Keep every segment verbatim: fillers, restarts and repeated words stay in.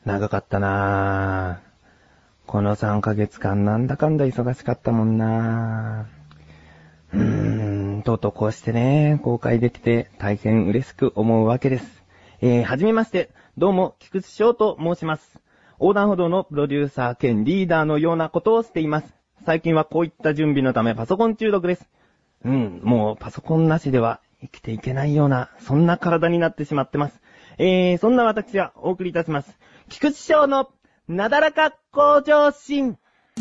長かったなぁ。このさんかげつかんなんだかんだ忙しかったもんなぁ。うーん、とうとうこうしてね、公開できて大変嬉しく思うわけです。えー、はじめまして、どうも、菊池翔と申します。横断歩道のプロデューサー兼リーダーのようなことをしています。最近はこういった準備のためパソコン中毒です。うん、もうパソコンなしでは生きていけないような、そんな体になってしまってます。えー、そんな私がお送りいたします。菊池翔のなだらか向上心。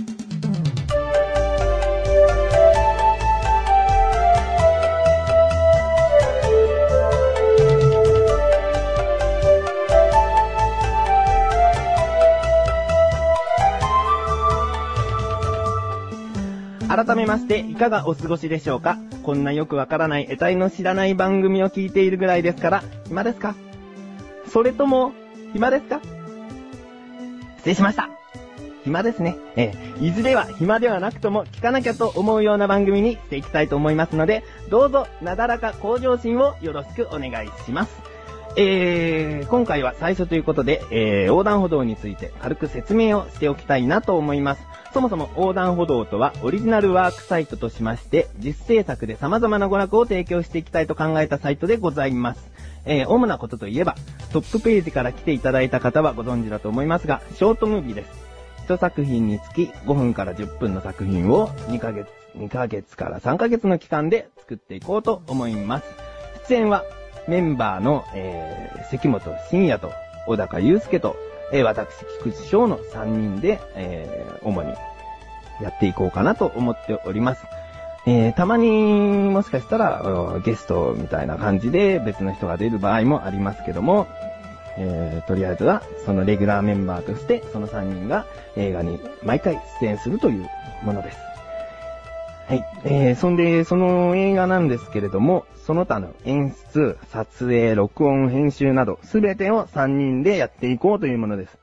改めましていかがお過ごしでしょうか。こんなよくわからない得体の知らない番組を聞いているぐらいですから暇ですか？それとも暇ですか？失礼しました。暇ですね。えー、いずれは暇ではなくとも聞かなきゃと思うような番組にしていきたいと思いますので、どうぞなだらか向上心をよろしくお願いします。えー、今回は最初ということで、えー、横断歩道について軽く説明をしておきたいなと思います。そもそも横断歩道とはオリジナルワークサイトとしまして、実制作で様々な娯楽を提供していきたいと考えたサイトでございます。えー、主なことといえば、トップページから来ていただいた方はご存知だと思いますが、ショートムービーです。一作品につきごふんからじゅっぷんの作品をにかげつ、にかげつからさんかげつの期間で作っていこうと思います。出演はメンバーの、えー、関本慎也と小高祐介と、えー、私菊池翔のさんにんで、えー、主にやっていこうかなと思っております。えー、たまにもしかしたらゲストみたいな感じで別の人が出る場合もありますけども、えー、とりあえずはそのレギュラーメンバーとしてそのさんにんが映画に毎回出演するというものです。はい。えー、そんでその映画なんですけれども、その他の演出、撮影、録音、編集などすべてをさんにんでやっていこうというものです。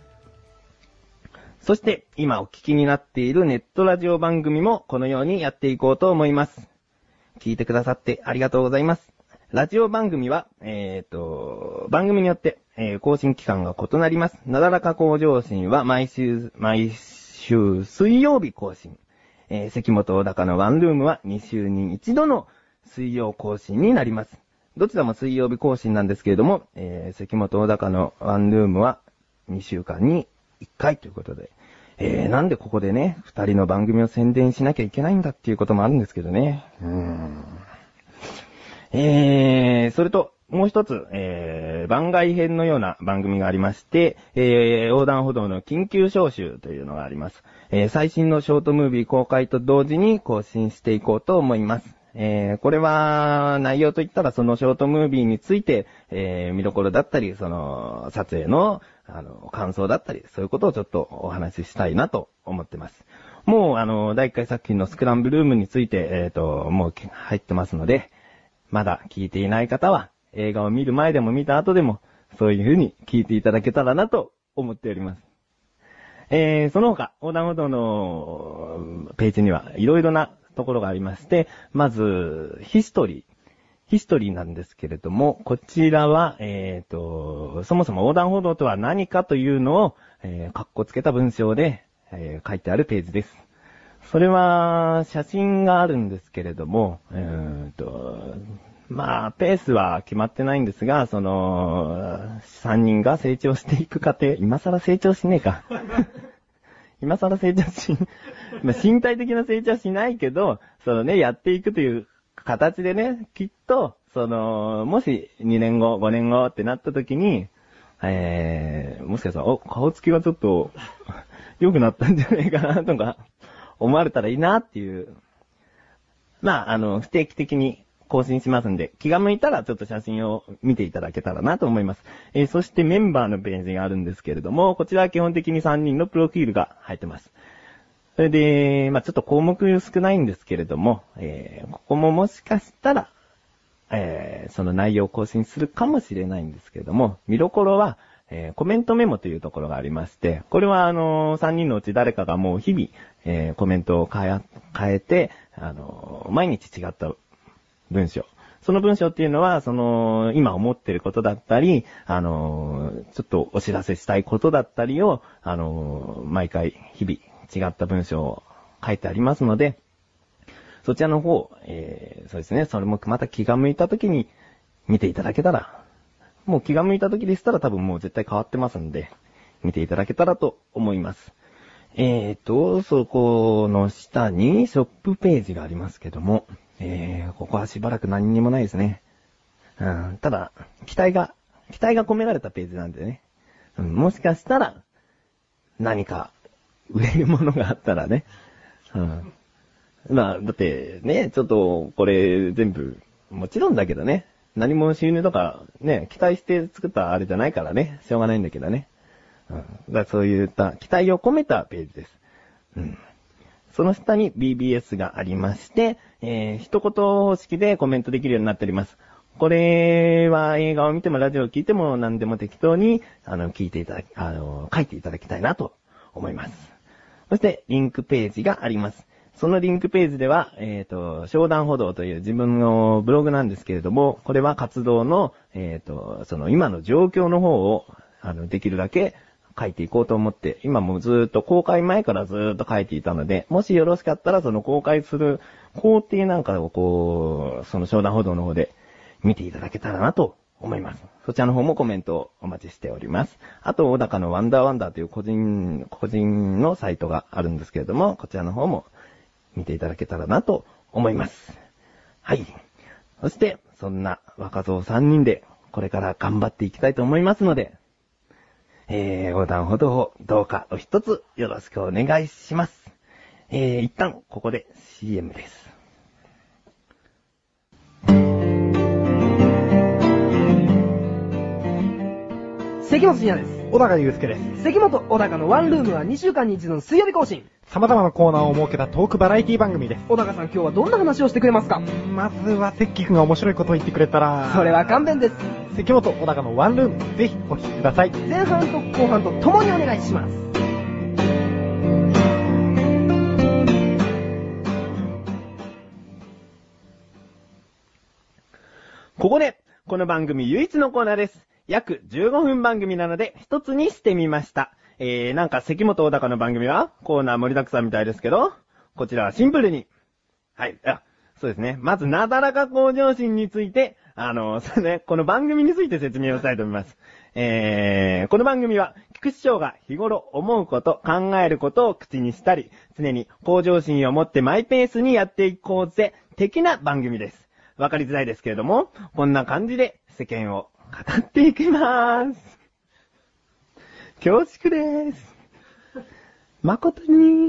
そして今お聞きになっているネットラジオ番組もこのようにやっていこうと思います。聞いてくださってありがとうございます。ラジオ番組は、えっと、番組によって、えー、更新期間が異なります。なだらか向上心は毎週、毎週水曜日更新。えー、関本小高のワンルームはにしゅうにいちどの水曜更新になります。どちらも水曜日更新なんですけれども、えー、関本小高のワンルームはにしゅうかんにいっかいということで、えー、なんでここでね、二人の番組を宣伝しなきゃいけないんだっていうこともあるんですけどね。うーん。えー、それと、もう一つ、えー、番外編のような番組がありまして、えー、横断歩道の緊急招集というのがあります。えー、最新のショートムービー公開と同時に更新していこうと思います。えー、これは、内容といったらそのショートムービーについて、えー、見どころだったり、その、撮影の、あの、感想だったり、そういうことをちょっとお話ししたいなと思ってます。もう、あの、だいいっかい作品のスクランブルームについて、えっと、もう入ってますので、まだ聞いていない方は、映画を見る前でも見た後でも、そういう風に聞いていただけたらなと思っております。えー、その他、横断歩道のページにはいろいろなところがありまして、まず、ヒストリー。ヒストリーなんですけれども、こちらは、えーと、そもそも横断歩道とは何かというのを、えー、かっこつけた文章で、えー、書いてあるページです。それは、写真があるんですけれども、えーと、まあ、ペースは決まってないんですが、その、さんにんが成長していく過程、今更成長しねえか。今更成長し、まあ、身体的な成長はしないけど、そのね、やっていくという形でね、きっと、その、もしにねんご、ごねんごってなった時に、えー、もしかしたら、お、顔つきがちょっと、良くなったんじゃないかなとか、思われたらいいなっていう。まあ、あの、不定期的に更新しますんで、気が向いたらちょっと写真を見ていただけたらなと思います。えー、そしてメンバーのページがあるんですけれども、こちらは基本的にさんにんのプロフィールが入ってます。それで、まあちょっと項目少ないんですけれども、えー、ここももしかしたら、えー、その内容を更新するかもしれないんですけれども、見どころは、えー、コメントメモというところがありまして、これはあのー、さんにんのうち誰かがもう日々、えー、コメントを変え、変えて、あのー、毎日違った文章、 その文章っていうのは、その、今思ってることだったり、あの、ちょっとお知らせしたいことだったりを、あの、毎回、日々、違った文章を書いてありますので、そちらの方、えー、そうですね、それもまた気が向いた時に見ていただけたら、もう気が向いた時でしたら多分もう絶対変わってますんで、見ていただけたらと思います。えーと、そこの下にショップページがありますけども、えー、ここはしばらく何にもないですね。うん、ただ、期待が、期待が込められたページなんでね。うん、もしかしたら、何か、売れるものがあったらね。うん。まあ、だってね、ちょっと、これ全部、もちろんだけどね、何も収入とか、ね、期待して作ったあれじゃないからね、しょうがないんだけどね。うん。だからそういった期待を込めたページです。うん。その下に ビービーエス がありまして、えー、一言方式でコメントできるようになっております。これは映画を見てもラジオを聞いても何でも適当に、あの、聞いていただき、あの、書いていただきたいなと思います。そして、リンクページがあります。そのリンクページでは、えっと、商談歩道という自分のブログなんですけれども、これは活動の、えっと、その今の状況の方を、あの、できるだけ書いていこうと思って、今もずーっと公開前からずーっと書いていたので、もしよろしかったらその公開する工程なんかをこう、その商談歩道の方で見ていただけたらなと思います。そちらの方もコメントをお待ちしております。あと、小高のワンダーワンダーという個人、個人のサイトがあるんですけれども、こちらの方も見ていただけたらなと思います。はい。そして、そんな若造さんにんで、これから頑張っていきたいと思いますので、えー、横断歩道をどうかお一つよろしくお願いします。えー、一旦、ここで シーエム です。 関本信也です。 小高祐介です。 関本小高のワンルームはにしゅうかんに一度の水曜日更新。 様々なコーナーを設けたトークバラエティ番組です。 小高さん今日はどんな話をしてくれますか？ まずは関君が面白いことを言ってくれたら。 それは勘弁です。 関本小高のワンルーム、ぜひお聞きください。 前半と後半と共にお願いします。 ここで、この番組唯一のコーナーです。約じゅうごふん番組なので、一つにしてみました。えー、なんか関本小高の番組は、コーナー盛りだくさんみたいですけど、こちらはシンプルに。はい、あ、そうですね。まず、なだらか向上心について、あの、そうね、この番組について説明をしたいと思います。えー、この番組は、菊師匠が日頃思うこと、考えることを口にしたり、常に向上心を持ってマイペースにやっていこうぜ、的な番組です。わかりづらいですけれども、こんな感じで世間を語っていきまーす。恐縮でーす。誠に。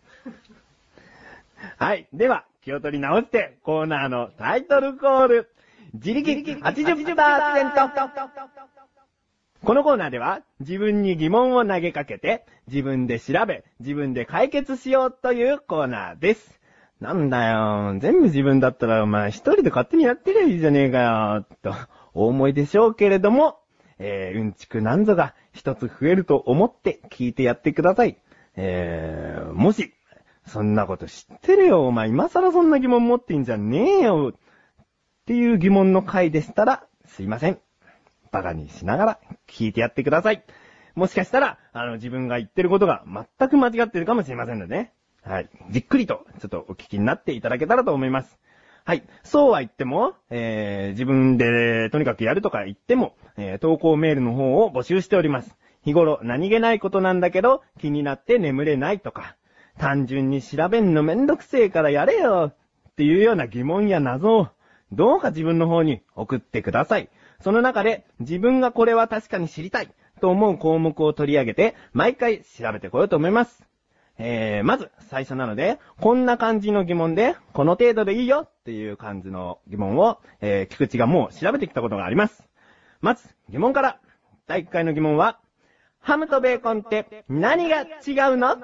はい。では、気を取り直して、コーナーのタイトルコール。自力 はちじゅっパーセント。このコーナーでは、自分に疑問を投げかけて、自分で調べ、自分で解決しようというコーナーです。なんだよ、全部自分だったらお前一人で勝手にやってりゃいいじゃねえかよ、とお思いでしょうけれども、えー、うんちくなんぞが一つ増えると思って聞いてやってください。えー、もし、そんなこと知ってるよ、お前今更そんな疑問持ってんじゃねえよ、っていう疑問の回でしたら、すいません。バカにしながら聞いてやってください。もしかしたら、あの、自分が言ってることが全く間違ってるかもしれませんのでね。はい。じっくりと、ちょっとお聞きになっていただけたらと思います。はい。そうは言っても、えー、自分でとにかくやるとか言っても、えー、投稿メールの方を募集しております。日頃何気ないことなんだけど、気になって眠れないとか、単純に調べんのめんどくせえからやれよ、っていうような疑問や謎を、どうか自分の方に送ってください。その中で、自分がこれは確かに知りたい、と思う項目を取り上げて、毎回調べてこようと思います。えー、まず、最初なので、こんな感じの疑問で、この程度でいいよっていう感じの疑問を、えー、菊池がもう調べてきたことがあります。まず、疑問から。だいいっかいの疑問は、ハムとベーコンって何が違うの？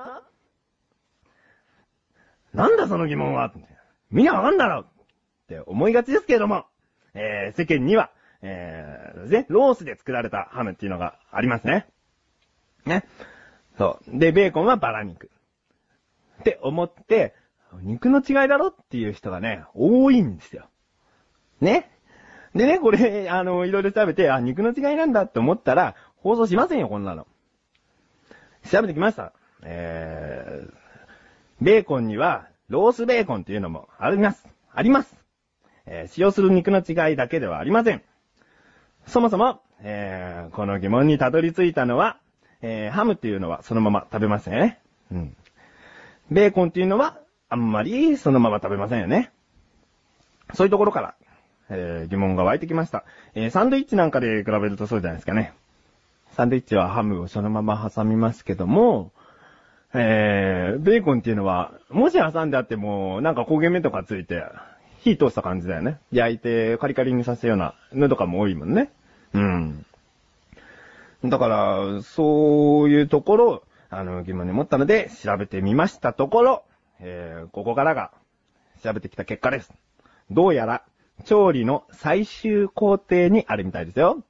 なんだその疑問はみんなわかんだろって思いがちですけれども、えー、世間には、えー、ね、ロースで作られたハムっていうのがありますね。ね。そう。で、ベーコンはバラ肉。って思って、肉の違いだろっていう人がね、多いんですよ。ね。 でね、これ、あの、いろいろ調べて、あ、肉の違いなんだって思ったら、放送しませんよ、こんなの。調べてきました。えー、ベーコンには、ロースベーコンっていうのもあります。あります。えー、使用する肉の違いだけではありません。そもそも、えー、この疑問にたどり着いたのは、えー、ハムっていうのはそのまま食べますよね。うん。ベーコンっていうのは、あんまりそのまま食べませんよね。そういうところから、えー、疑問が湧いてきました。えー、サンドイッチなんかで比べるとそうじゃないですかね。サンドイッチはハムをそのまま挟みますけども、えー、ベーコンっていうのは、もし挟んであっても、なんか焦げ目とかついて、火通した感じだよね。焼いてカリカリにさせるようなのとかも多いもんね。うん。だから、そういうところ、あの、疑問に思ったので、調べてみましたところ、えー、ここからが、調べてきた結果です。どうやら、調理の最終工程にあるみたいですよ。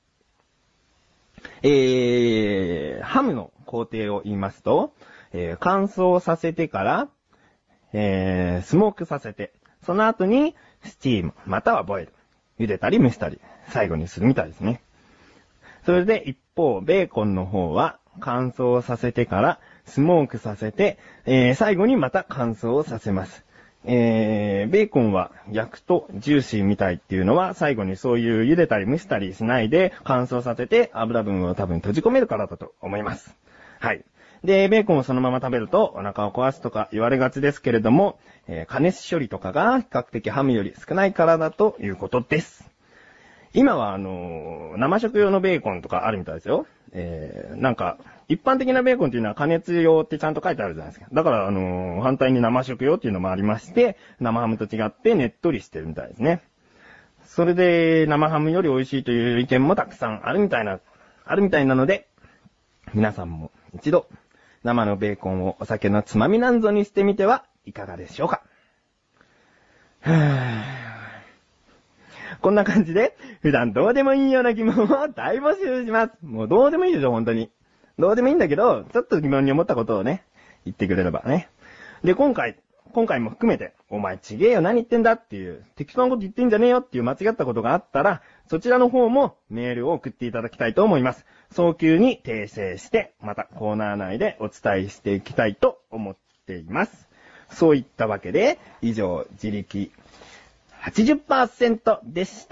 えー、ハムの工程を言いますと、えー、乾燥させてから、えー、スモークさせて、その後に、スチーム、またはボイル。茹でたり蒸したり、最後にするみたいですね。それで一方、ベーコンの方は、乾燥させてから、スモークさせて、えー、最後にまた乾燥させます。えー、ベーコンは焼くとジューシーみたいっていうのは最後にそういう茹でたり蒸したりしないで乾燥させて油分を多分閉じ込めるからだと思います。はい。で、ベーコンをそのまま食べるとお腹を壊すとか言われがちですけれども、えー、加熱処理とかが比較的ハムより少ないからだということです。今はあのー、生食用のベーコンとかあるみたいですよ。えー、なんか、一般的なベーコンっていうのは加熱用ってちゃんと書いてあるじゃないですか。だからあのー、反対に生食用っていうのもありまして、生ハムと違ってねっとりしてるみたいですね。それで、生ハムより美味しいという意見もたくさんあるみたいな、あるみたいなので、皆さんも一度、生のベーコンをお酒のつまみなんぞにしてみてはいかがでしょうか。はぁこんな感じで、普段どうでもいいような疑問を大募集します。もうどうでもいいでしょ、本当に。どうでもいいんだけど、ちょっと疑問に思ったことをね、言ってくれればね。で、今回、今回も含めて、お前ちげえよ、何言ってんだっていう、適当なこと言ってんじゃねえよっていう間違ったことがあったら、そちらの方もメールを送っていただきたいと思います。早急に訂正して、またコーナー内でお伝えしていきたいと思っています。そういったわけで、以上、自力、はちじゅっパーセント でした。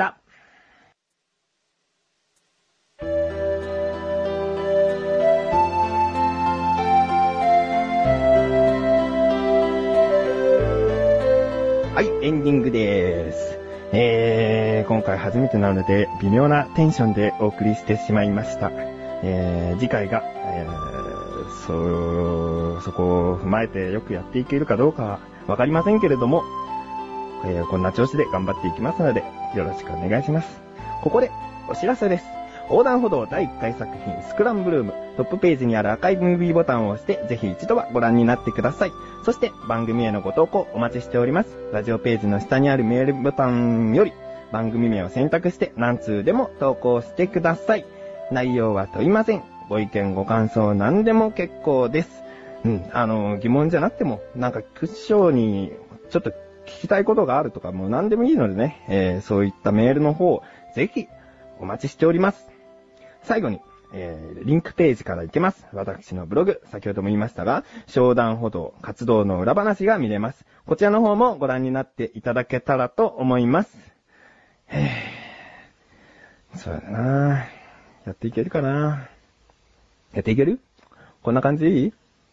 はい、エンディングでーす。えー、今回初めてなので、微妙なテンションでお送りしてしまいました。えー、次回が、えー、そ、そこを踏まえてよくやっていけるかどうかはわかりませんけれども、えー、こんな調子で頑張っていきますので、よろしくお願いします。ここで、お知らせです。横断歩道だいいっかい作品、スクランブルーム、トップページにある赤いムービーボタンを押して、ぜひ一度はご覧になってください。そして、番組へのご投稿お待ちしております。ラジオページの下にあるメールボタンより、番組名を選択して、何通でも投稿してください。内容は問いません。ご意見ご感想何でも結構です。うん、あの、疑問じゃなくても、なんか、クッションに、ちょっと、聞きたいことがあるとかもう何でもいいのでね、えー、そういったメールの方、ぜひお待ちしております。最後に、えー、リンクページから行けます。私のブログ、先ほども言いましたが、横断歩道活動の裏話が見れます。こちらの方もご覧になっていただけたらと思います。へー、そうだなやっていけるかなやっていける？こんな感じでいい？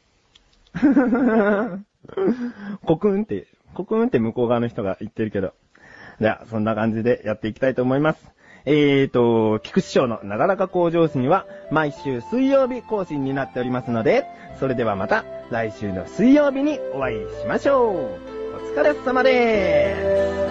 コクンって、コクンって向こう側の人が言ってるけど。じゃあ、そんな感じでやっていきたいと思います。えーと、菊池賞のなだらか向上心は毎週水曜日更新になっておりますので、それではまた来週の水曜日にお会いしましょう。お疲れ様でーす。